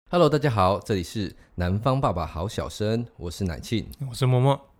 Hello， 大家好，这里是南方爸爸好小生，我是乃庆， 我是默默。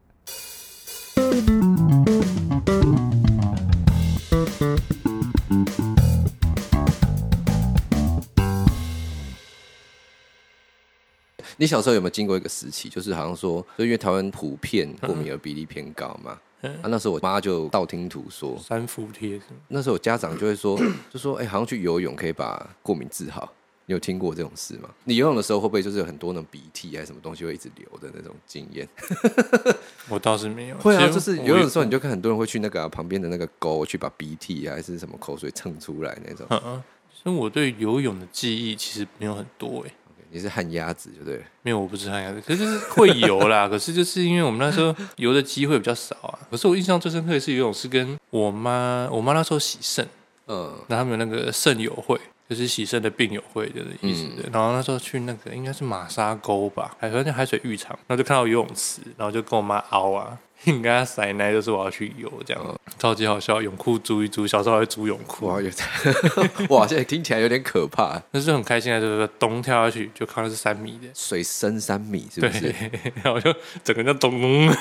你小时候有没有经过一个时期，就是好像说，就因为台湾普遍过敏儿比例偏高嘛，那时候我妈就道听途说， 三伏贴， 那时候家长就会说，就说好像去游泳可以把过敏治好。你有听过这种事吗？你游泳的时候会不会就是有很多那种鼻涕还是什么东西会一直流的那种经验？ 我倒是没有。 会啊，就是游泳的时候你就看很多人会去那个旁边的那个沟去把鼻涕还是什么口水蹭出来那种。 所以我对游泳的记忆其实没有很多你是旱鸭子就对了。 没有，我不是旱鸭子，可是就是会游啦。可是就是因为我们那时候游的机会比较少啊。可是我印象最深刻的是游泳是跟我妈那时候洗肾，然后他们有那个肾友会。就是洗肾的病友会的意思的，然后那时候去那个应该是马沙沟吧，反正海水浴场，然后就看到游泳池，然后就跟我妈凹啊，跟她塞奶，就说我要去游，这样超级好笑。泳裤租一租，小时候还会租泳裤， 哇，现在听起来有点可怕。 那是很开心的，就是咚跳下去，就看到是3米的水深3米，是不是？ 对，然后就整个人就咚。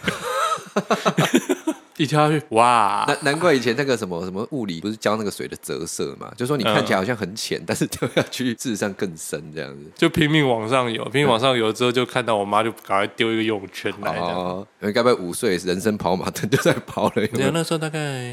一跳下去，哇！ 难怪以前那个什么物理不是教那个水的折射嘛，就说你看起来好像很浅，但是掉下去事实上更深，这样子。 就拼命往上游，之后就看到我妈就赶快丢一个游泳圈来。 因为该不会5岁人生跑马灯就在跑了？ 对，那时候大概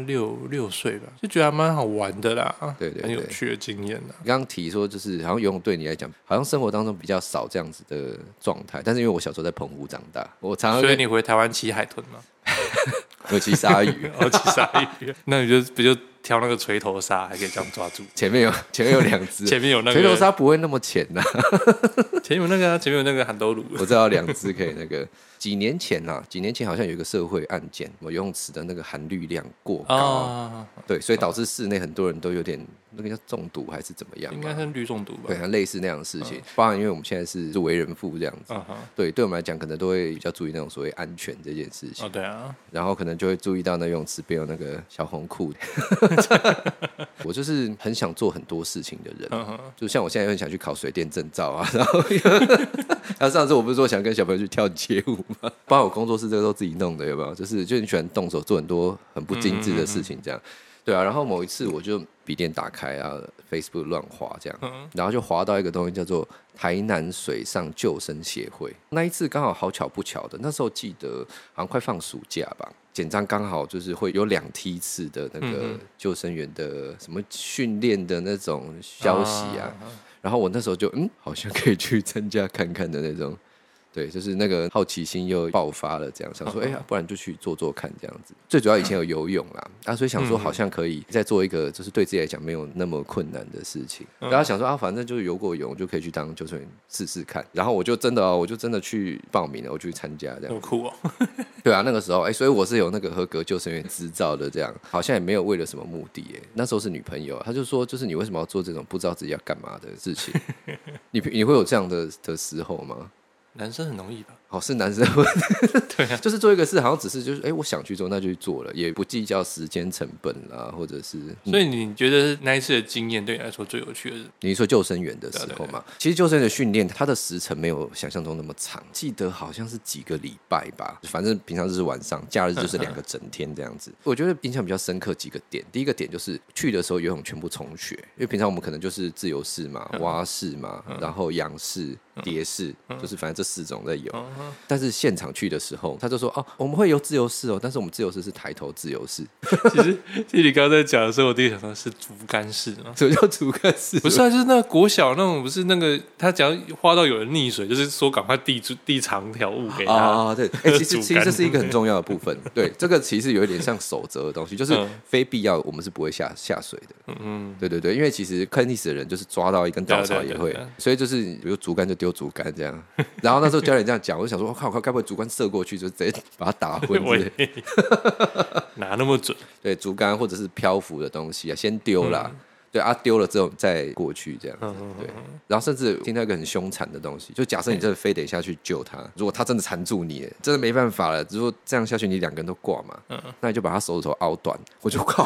6岁吧，就觉得还蛮好玩的啦， 对， 很有趣的经验啦。 刚刚提说就是好像游泳对你来讲，好像生活当中比较少这样子的状态，但是因为我小时候在澎湖长大，我常常所以你回台湾骑海豚吗？ 有骑鲨鱼， 骑鲨鱼，那你就挑那个锤头鲨，还可以这样抓住。 前面有2只， 前面有那个锤头鲨不会那么浅呐。 前面有那个喊兜鲁， 我知道2只可以那个。几年前好像有一个社会案件，游泳池的那个含氯量过高，对，所以导致室内很多人都有点那个叫中毒还是怎么样？ 应该是氯中毒吧？ 对，类似那样的事情。包含因为我们现在是为人父这样子，对我们来讲可能都会比较注意那种所谓安全这件事情。 对啊， 然后可能就会注意到那游泳池边有那个小红裤。我就是很想做很多事情的人，就像我现在很想去考水电证照啊，然后上次我不是说想跟小朋友去跳街舞吗？包括我工作室这个都自己弄的，有没有？就是很喜欢动手做很多很不精致的事情，这样。对啊，然后某一次我就笔电打开啊 ，Facebook 乱滑这样，然后就滑到一个东西叫做台南水上救生协会。那一次刚好好巧不巧的，那时候记得好像快放暑假吧，简章刚好就是会有2梯次的那个救生员的什么训练的那种消息啊，然后我那时候就好像可以去参加看看的那种。对，就是那个好奇心又爆发了，这样想说，不然就去做做看这样子。最主要以前有游泳啦，所以想说好像可以再做一个，就是对自己来讲没有那么困难的事情。然后想说反正就是游过泳，就可以去当救生员试试看。然后我就真的去报名了，我就去参加这样。 好酷哦！ 对啊，那个时候所以我是有那个合格救生员执照的，这样好像也没有为了什么目的那时候是女朋友，她就说，就是你为什么要做这种不知道自己要干嘛的事情？你会有这样的时候吗？ 男生很容易吧？ 是男生对啊， 就是做一个事，好像只是就是我想去做，那就去做了，也不计较时间成本啦，或者是。 所以你觉得那一次的经验对你来说最有趣的是？ 你说救生员的时候嘛，其实救生员的训练，它的时程没有想象中那么长，记得好像是几个礼拜吧，反正平常就是晚上，假日就是2个整天这样子。我觉得印象比较深刻几个点，第一个点就是去的时候游泳全部重学，因为平常我们可能就是自由式嘛、蛙式嘛，然后仰式、蝶式，就是反正这4种在游。但是现场去的时候，他就说我们会游自由式但是我们自由式是抬头自由式。 其实你刚刚在讲的时候，我第一想到是竹竿式吗？ 什么叫竹竿式？ 不是就是那个国小那种，不是那个他只要画到有人溺水，就是说赶快递长条物给他。 对，其实这是一个很重要的部分。对，这个其实有一点像守则的东西，就是非必要我们是不会下水的。对，因为其实看历史的人就是抓到一根稻草也会，所以就是比如竹竿就丢竹竿这样。然后那时候教练这样讲，我就想说，靠，该不会竹竿射过去就直接把它打昏之类？ 哪那么准？ 对，竹竿或者是漂浮的东西先丢啦。对丢了之后再过去这样子。对，然后甚至听到一个很凶残的东西，就假设你真的非得下去救他，如果他真的缠住你，真的没办法了，如果这样下去你2个人都挂嘛，那你就把他手指头凹断。我就靠，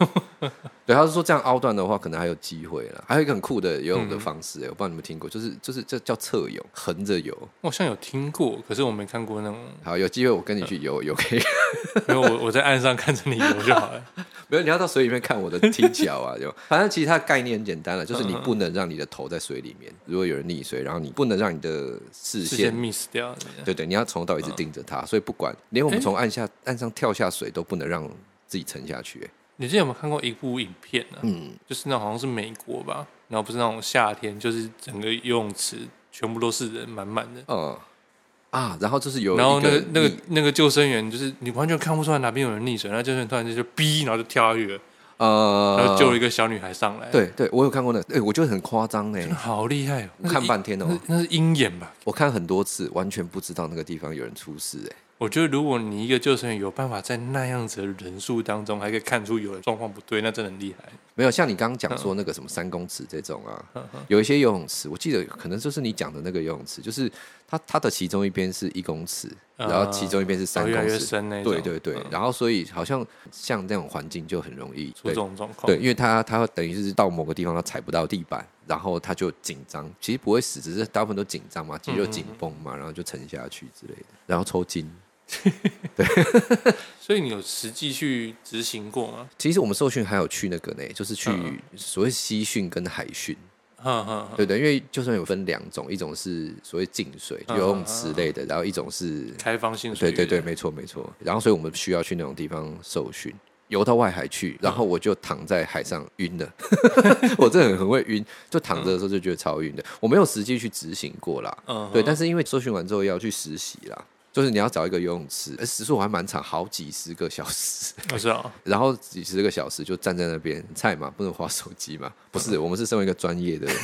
对，他是说这样凹断的话，可能还有机会啦。还有一个很酷的游泳的方式，我不知道你们听过，就是这叫侧泳，横着游。 我好像有听过，可是我没看过那种。 好，有机会我跟你去游可以。 因为我在岸上看着你游就好了。 没有，你要到水里面看我的踢脚啊！就反正其实它的概念很简单了，就是你不能让你的头在水里面。如果有人溺水，然后你不能让你的视线 miss 掉。 对，你要从头到尾一直盯着它。所以不管连我们从岸上跳下水都不能让自己沉下去。 你之前有没有看过一部影片呢？就是那好像是美国吧，然后不是那种夏天，就是整个游泳池全部都是人，满满的。 然后就是有， 然后那个救生员就是你完全看不出来哪边有人溺水，然后救生员突然就逼，然后就跳下去了，然后救了一个小女孩上来。 对，我有看过那，我觉得很夸张呢， 好厉害我看半天哦， 那是鹰眼吧？ 我看很多次，完全不知道那个地方有人出事哎。 我觉得如果你一个救生员有办法在那样子的人数当中，还可以看出有人状况不对，那真的很厉害。 没有像你刚刚讲说那个什么3公尺这种啊，有一些游泳池，我记得可能就是你讲的那个游泳池，就是它的其中一边是1公尺，然后其中一边是3公尺， 越来越深那种。 对，然后所以好像像那种环境就很容易出这种状况。 对，因为它等于是到某个地方它踩不到地板，然后它就紧张，其实不会死，只是大部分都紧张嘛，肌肉紧绷嘛，然后就沉下去之类的，然后抽筋。对， 所以你有实际去执行过吗？ 其实我们受训还有去那个呢，就是去所谓西训跟海训。对，因为救生有分2种，一种是所谓静水游泳池类的，然后一种是开放性水域。 对，没错。然后所以我们需要去那种地方受训。游到外海去，然后我就躺在海上晕了。我真的很会晕，就躺着的时候就觉得超晕的。我没有实际去执行过啦，对，但是因为受训完之后要去实习啦。就是你要找一个游泳池，时数还蛮长，好几十个小时。 是啊， 然后几十个小时就站在那边，菜嘛，不能滑手机嘛。不是，我们是身为一个专业的人。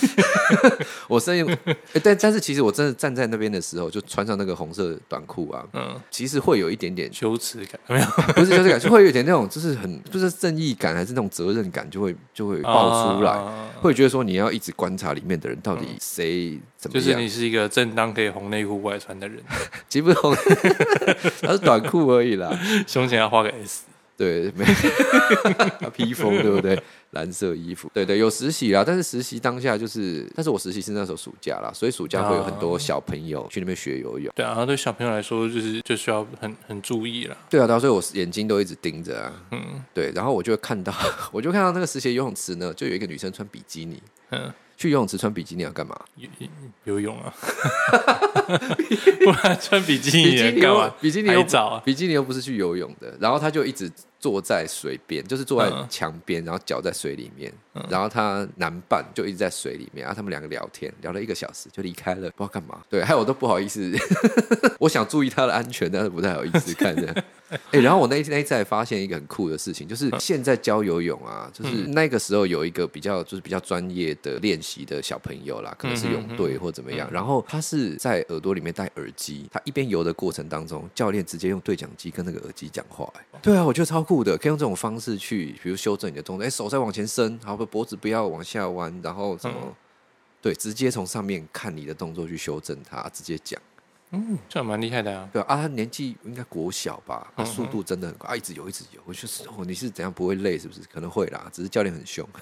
但是其实我真的站在那边的时候，就穿上那个红色短裤啊，其实会有一点点羞耻感，没有？ 不是羞耻感，就会有一点那种，就是很不是正义感，还是那种责任感，就会爆出来，会觉得说你要一直观察里面的人到底谁怎么样。 就是你是一个正当可以红内裤外穿的人。 不是红，它是短裤而已啦， 胸前要画个 S。 对，披风对不对？蓝色衣服，对，有实习啦，但是实习当下就是，但是我实习是那时候暑假啦，所以暑假会有很多小朋友去那边学游泳。 对啊，对小朋友来说就需要很注意啦。 对啊，所以我眼睛都一直盯着啊。对，然后我就看到那个实习游泳池呢，就有一个女生穿比基尼。去游泳池穿比基尼要干嘛？ 游泳啊，不然穿比基尼干嘛？ 比基尼拍照啊， 比基尼又不是去游泳的。然后他就一直坐在水边，就是坐在墙边，然后脚在水里面，然后他男伴就一直在水里面，然后他们2个聊天，聊了1个小时就离开了，不知道干嘛。对，害我都不好意思，我想注意他的安全，但是不太好意思看的。然后我那一次还发现一个很酷的事情，就是现在教游泳啊，就是那个时候有一个比较专业的练习的小朋友啦，可能是泳队或怎么样，然后他是在耳朵里面戴耳机，他一边游的过程当中，教练直接用对讲机跟那个耳机讲话。对啊，我觉得超酷的，可以用这种方式去，比如修正你的动作，手再往前伸，好，脖子不要往下弯，然后什么，对，直接从上面看你的动作去修正它，直接讲。 这样蛮厉害的啊。 对啊，他年纪应该国小吧，他速度真的很快，一直游。我就是你是怎样不会累是不是？可能会啦，只是教练很凶。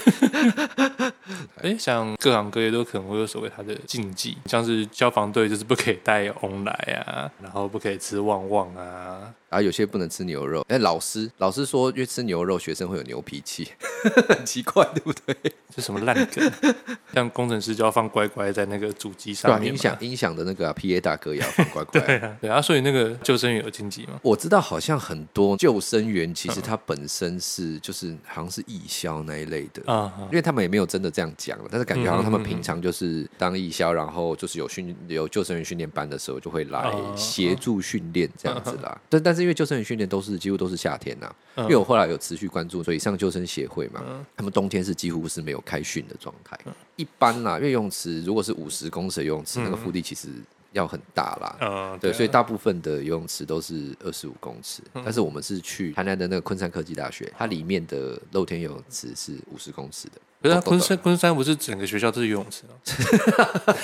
像各行各业都可能会有所谓他的禁忌，像是消防队就是不可以带翁来啊，然后不可以吃旺旺啊。 有些不能吃牛肉。老师说，因为吃牛肉学生会有牛脾气，很奇怪，对不对？ 这什么烂梗？像工程师就要放乖乖在那个主机上面， 音响的那个PA 大哥也要放乖乖。 对啊，所以那个救生员有禁忌吗？ 我知道好像很多救生员其实他本身是就是好像是义消那一类的，因为他们也没有真的这样讲了，但是感觉好像他们平常就是当义消，然后就是有救生员训练班的时候就会来协助训练这样子啦。但是因为救生员训练几乎都是夏天呐，因为我后来有持续关注水上救生协会嘛，他们冬天是几乎是没有开训的状态。一般啦，因为游泳池如果是50公尺的游泳池，那个腹地其实要很大啦，对，所以大部分的游泳池都是25公尺，但是我们是去台南的那个昆山科技大学，它里面的露天游泳池是50公尺的。 可是昆山不是整个学校都是游泳池吗？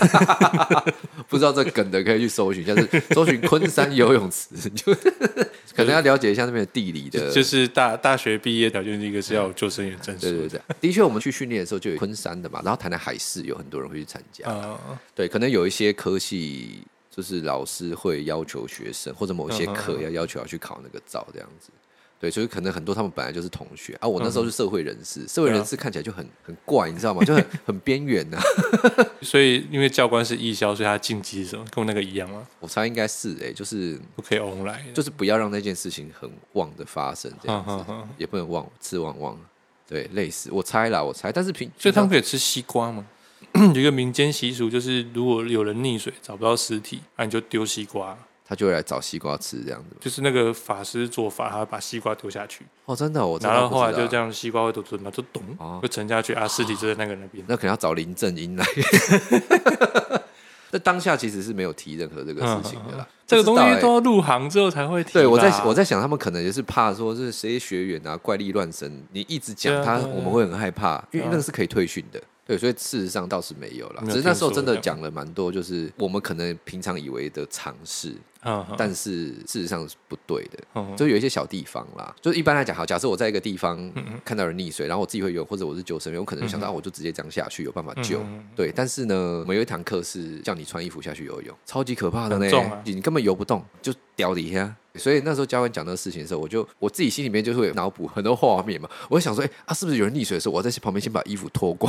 不知道这梗的可以去搜寻，就是搜寻昆山游泳池，就可能要了解一下那边的地理的， 就是大学毕业条件第一个是要有救生员证书。 对，的确我们去训练的时候就有昆山的嘛，然后台南海事有很多人会去参加。对，可能有一些科系就是老师会要求学生，或者某些课要求要去考那个照这样子。对，所以可能很多他们本来就是同学啊。我那时候是社会人士，社会人士看起来就很怪，你知道吗？就很边缘呐。 所以因为教官是义消，所以他禁忌什么，跟我那个一样吗？ 我猜应该是就是不可以 on 来， 就是不要让那件事情很旺的发生，这样子也不能忘吃旺。对，类似我猜，但是所以他们可以吃西瓜吗？有一个民间习俗，就是如果有人溺水找不到尸体，你就丢西瓜。 他就会来找西瓜吃，这样子。 就是那个法师做法，他会把西瓜丢下去。 哦，真的，我然后后来就这样，西瓜会蹲嘛，就咚，就沉下去啊，尸体就在那个那边。 那可能要找林正英来。那当下其实是没有提任何这个事情的啦。 这个东西都要入行之后才会提。 对，我在想，他们可能也是怕说是谁学员啊，怪力乱神，你一直讲他，我们会很害怕，因为那个是可以退训的。对，所以事实上倒是没有啦，只是那时候真的讲了蛮多，就是我们可能平常以为的常识，但是事实上是不对的。就有一些小地方啦，就是一般来讲，好，假设我在一个地方看到人溺水，然后我自己会游，或者我是救生员，我可能想到我就直接这样下去，有办法救。对，但是呢，我们有一堂课是叫你穿衣服下去游泳，超级可怕的呢，你根本游不动，就掉底下。所以那时候教官讲那个事情的时候，我自己心里面就会脑补很多画面嘛。我会想说，是不是有人溺水的时候，我在旁边先把衣服脱光？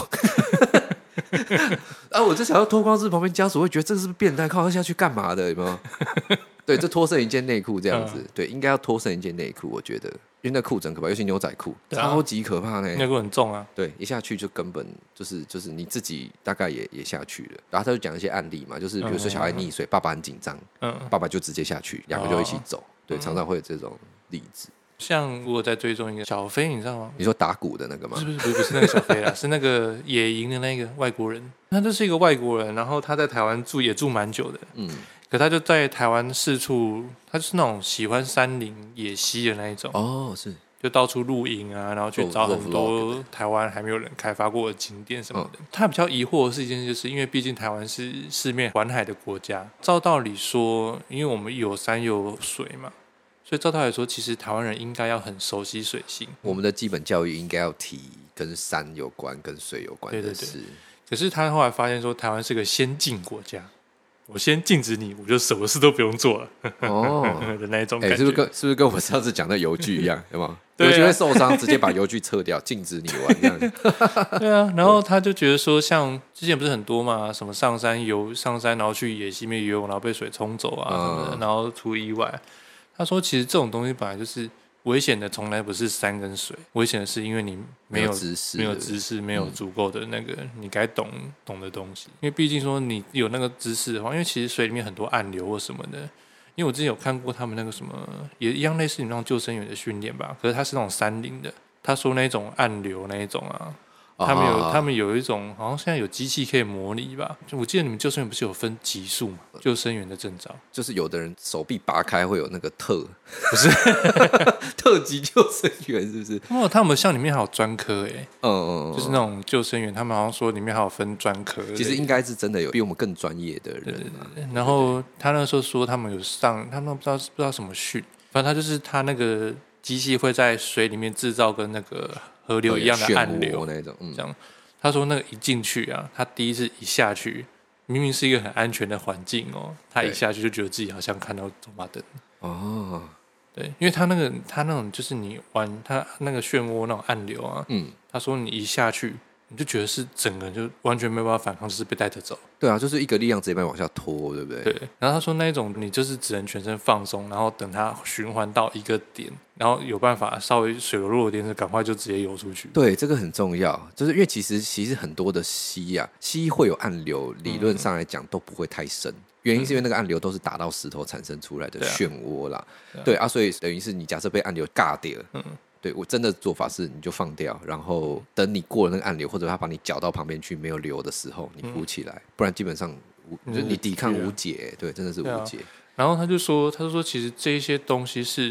我就想要脱光，是旁边家属会觉得这是不是变态？靠他下去干嘛的？有没有？对，这脱剩一件内裤这样子，对，应该要脱剩一件内裤，我觉得，因为那裤子很可怕，尤其牛仔裤，超级可怕呢。 那个很重啊， 对，一下去就根本就是你自己大概也下去了。然后他就讲一些案例嘛，就是比如说小孩溺水，爸爸很紧张，爸爸就直接下去，两个就一起走。对，常常会有这种例子。 像我在追踪一个小飞，你知道吗？ 你说打鼓的那个吗？ 不是那个小飞啦，是那个野营的那个外国人。他就是一个外国人，然后他在台湾也住蛮久的。可他就在台湾四处，他就是那种喜欢山林野溪的那一种。是。就到处露营啊，然后去找很多台湾还没有人开发过的景点什么的。他比较疑惑的是一件事，就是因为毕竟台湾是四面环海的国家，照道理说，因为我们有山有水嘛，所以照道理说，其实台湾人应该要很熟悉水性。 我们的基本教育应该要提跟山有关、跟水有关的事。 可是他后来发现说，台湾是个先进国家。我先禁止你，我就什么事都不用做了的那一种感觉。是不是跟我上次讲的邮具一样，有吗？邮具会受伤，直接把邮具撤掉，禁止你玩这样子。 对啊，然后他就觉得说，像之前不是很多嘛，什么上山，然后去野溪面游泳，然后被水冲走啊什么的，然后出意外。他说，其实这种东西本来就是危险的，从来不是山跟水，危险的是因为你没有知识，没有足够的那个你该懂的东西。因为毕竟说你有那个知识的话，因为其实水里面很多暗流或什么的。因为我之前有看过他们那个什么，也一样类似你那种救生员的训练吧，可是他是那种山林的。他说那种暗流那一种啊。他们有一种好像现在有机器可以模拟吧？我记得你们救生员不是有分级数嘛？救生员的证照就是有的人手臂拔开会有那个不是特级救生员是不是？ 他们像里面还有专科就是那种救生员，他们好像说里面还有分专科。 其实应该是真的有比我们更专业的人。 对。然后他那时候说他们有上，他们不知道什么训，反正他就是他那个机器会在水里面制造跟那个河流一样的暗流那种， 这样。他说那个一进去啊，他第一次一下去，明明是一个很安全的环境他一下去就觉得自己好像看到走马灯对，因为他那种就是你玩他那个漩涡那种暗流啊，他说你一下去，你就觉得是整个人就完全没有办法反抗，就是被带着走。 对啊，就是一个力量直接把你往下拖，对不对？ 对。然后他说那一种你就是只能全身放松，然后等它循环到一个点，然后有办法稍微水流弱点，就赶快就直接游出去。 对，这个很重要，就是因为其实很多的溪会有暗流，理论上来讲都不会太深。原因是因为那个暗流都是打到石头产生出来的漩涡啦。对啊，所以等于是你假设被暗流尬掉了。对，我真的做法是你就放掉，然后等你过了那个暗流，或者他把你搅到旁边去没有流的时候，你浮起来，不然基本上就你抵抗无解。对，真的是无解。 然后他就说其实这一些东西是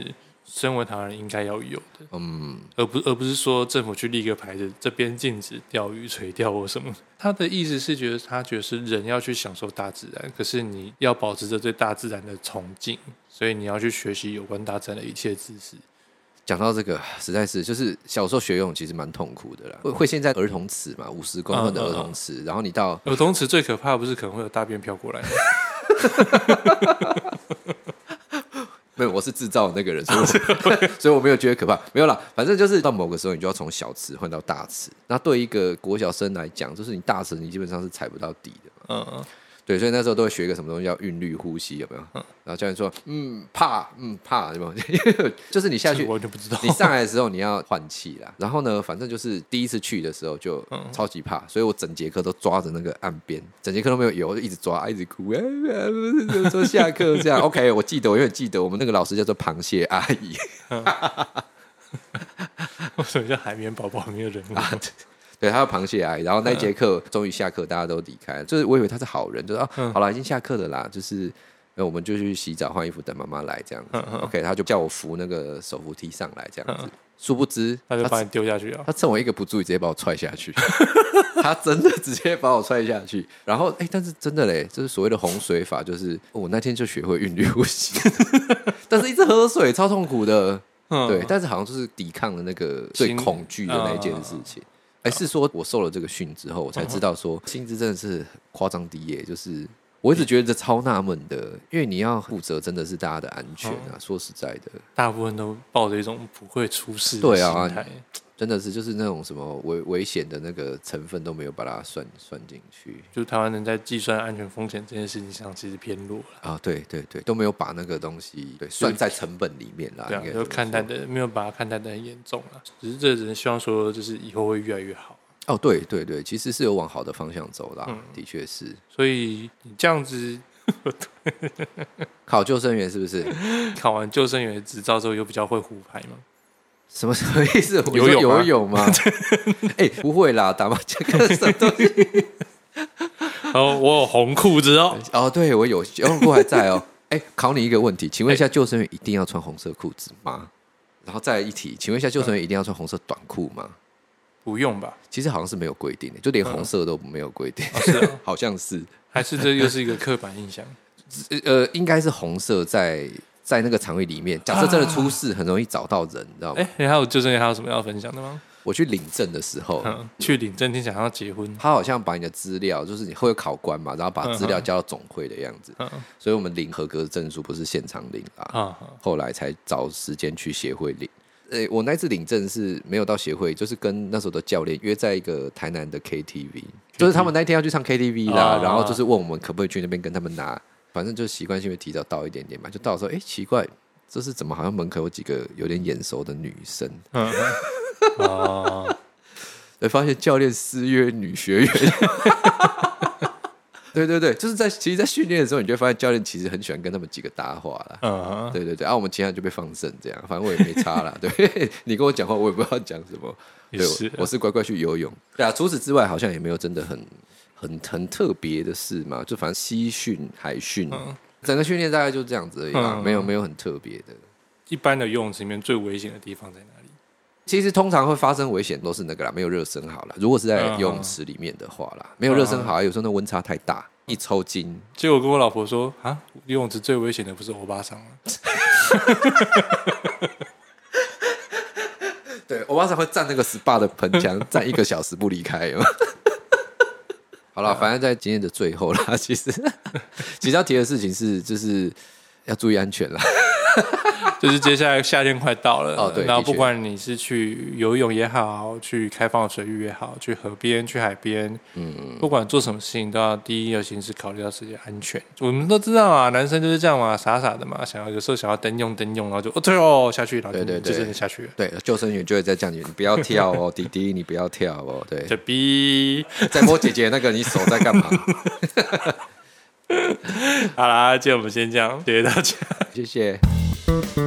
身为台湾人应该要有的，而不是说政府去立个牌子，这边禁止钓鱼、垂钓或什么。他的意思是他觉得是人要去享受大自然，可是你要保持着对大自然的崇敬，所以你要去学习有关大自然的一切知识。 讲到这个，实在是就是小时候学游泳其实蛮痛苦的啦，会陷在儿童池嘛，50公分的儿童池，然后你到儿童池最可怕的不是可能会有大便飘过来吗？ 没有，我是制造的那个人，所以我没有觉得可怕。没有啦，反正就是到某个时候，你就要从小池换到大池。那对一个国小生来讲，就是你大池你基本上是踩不到底的嘛。对，所以那时候都会学一个什么东西叫韵律呼吸，有没有？然后教练说，怕，有没有？就是你下去， 我就不知道。 你上来的时候你要换气啦。然后呢，反正就是第一次去的时候就超级怕，所以我整节课都抓着那个岸边，整节课都没有游，就一直抓，一直哭，说下课这样。OK， 我永远记得我们那个老师叫做螃蟹阿姨。 为什么叫海绵宝宝没有人物？ 对，他有螃蟹阿姨，然后那一节课终于下课，大家都离开了。就是我以为他是好人，就是好了，已经下课了啦，就是我们就去洗澡换衣服，等妈妈来这样子。OK， 他就叫我扶那个手扶梯上来这样子。殊不知他就把你丢下去啊！ 他趁我一个不注意，直接把我踹下去。他真的直接把我踹下去。然后但是真的嘞，就是所谓的洪水法，就是我那天就学会韵律呼吸，但是一直喝水超痛苦的。对，但是好像就是抵抗了那个最恐惧的那一件事情。是说我受了这个训之后，我才知道说薪资真的是夸张低耶。就是我一直觉得超纳闷的，因为你要负责真的是大家的安全啊。说实在的， 大部分都抱着一种不会出事的心态。 真的是就是那种什么危险的那个成分都没有把它算进去， 就是台湾人在计算安全风险这件事情上其实偏弱了啊。对，都没有把那个东西算在成本里面啦。 对啊，就看待的没有把它看待的很严重啦。只是这只能希望说，就是以后会越来越好。 哦，对，其实是有往好的方向走啦，的确是。 所以你这样子考救生员是不是？ 考完救生员执照之后，又比较会胡牌吗？ 什么意思？游泳吗？不会啦，打麻将跟什么东西？ 我有红裤子哦。 哦，对，我有红裤还在哦。考你一个问题，请问一下，救生员一定要穿红色裤子吗？然后再来一题，请问一下，救生员一定要穿红色短裤吗？ 不用吧？ 其实好像是没有规定的，就连红色都没有规定。 是啊， 好像是， 还是这又是一个刻板印象？ 应该是红色在那个场域里面，假设真的出事，很容易找到人，你知道吗？ 还有救生员还有什么要分享的吗？ 我去领证的时候， 去领证听起来要结婚， 他好像把你的资料，就是你会有考官嘛，然后把资料交到总会的样子，所以我们领合格证书不是现场领啦，后来才找时间去协会领。我那次领证是没有到协会，就是跟那时候的教练约在一个台南的 KTV， 就是他们那一天要去唱 KTV 啦，然后就是问我们可不可以去那边跟他们拿，反正就习惯性会提早到一点点嘛，就到的时候，奇怪，这是怎么好像门口有几个有点眼熟的女生，发现教练私约女学员。对，就是其实，在训练的时候，你就会发现教练其实很喜欢跟他们几个搭话啦。对，我们其他人就被放生这样，反正我也没差啦。对，你跟我讲话，我也不知道讲什么。对，我是乖乖去游泳。对啊，除此之外，好像也没有真的很特别的事嘛。就反正西训、海训，整个训练大概就这样子而已啦，没有很特别的。 一般的游泳池里面最危险的地方在哪里？ 其实通常会发生危险都是那个啦，没有热身好了。如果是在游泳池里面的话啦，没有热身好，有时候那温差太大，一抽筋。 结果我跟我老婆说啊，游泳池最危险的不是欧巴桑吗？ 对，欧巴桑会站那个 SPA 的盆墙，站1个小时不离开。好了，反正在今天的最后啦，其实要提的事情是，就是要注意安全啦。 就是接下来夏天快到了， 对， 然后不管你是去游泳也好，去开放的水域也好，去河边、去海边，不管做什么事情，都要第一要先是考虑到自己的安全。我们都知道啊，男生就是这样嘛，傻傻的嘛，有时候想要蹬用，然后就下去，然后就真的下去了。对，救生员就会在叫你不要跳哦，弟弟你不要跳哦，对， 这逼在摸姐姐那个，你手在干嘛？ 好啦，今天我们先这样，谢谢大家， 谢谢。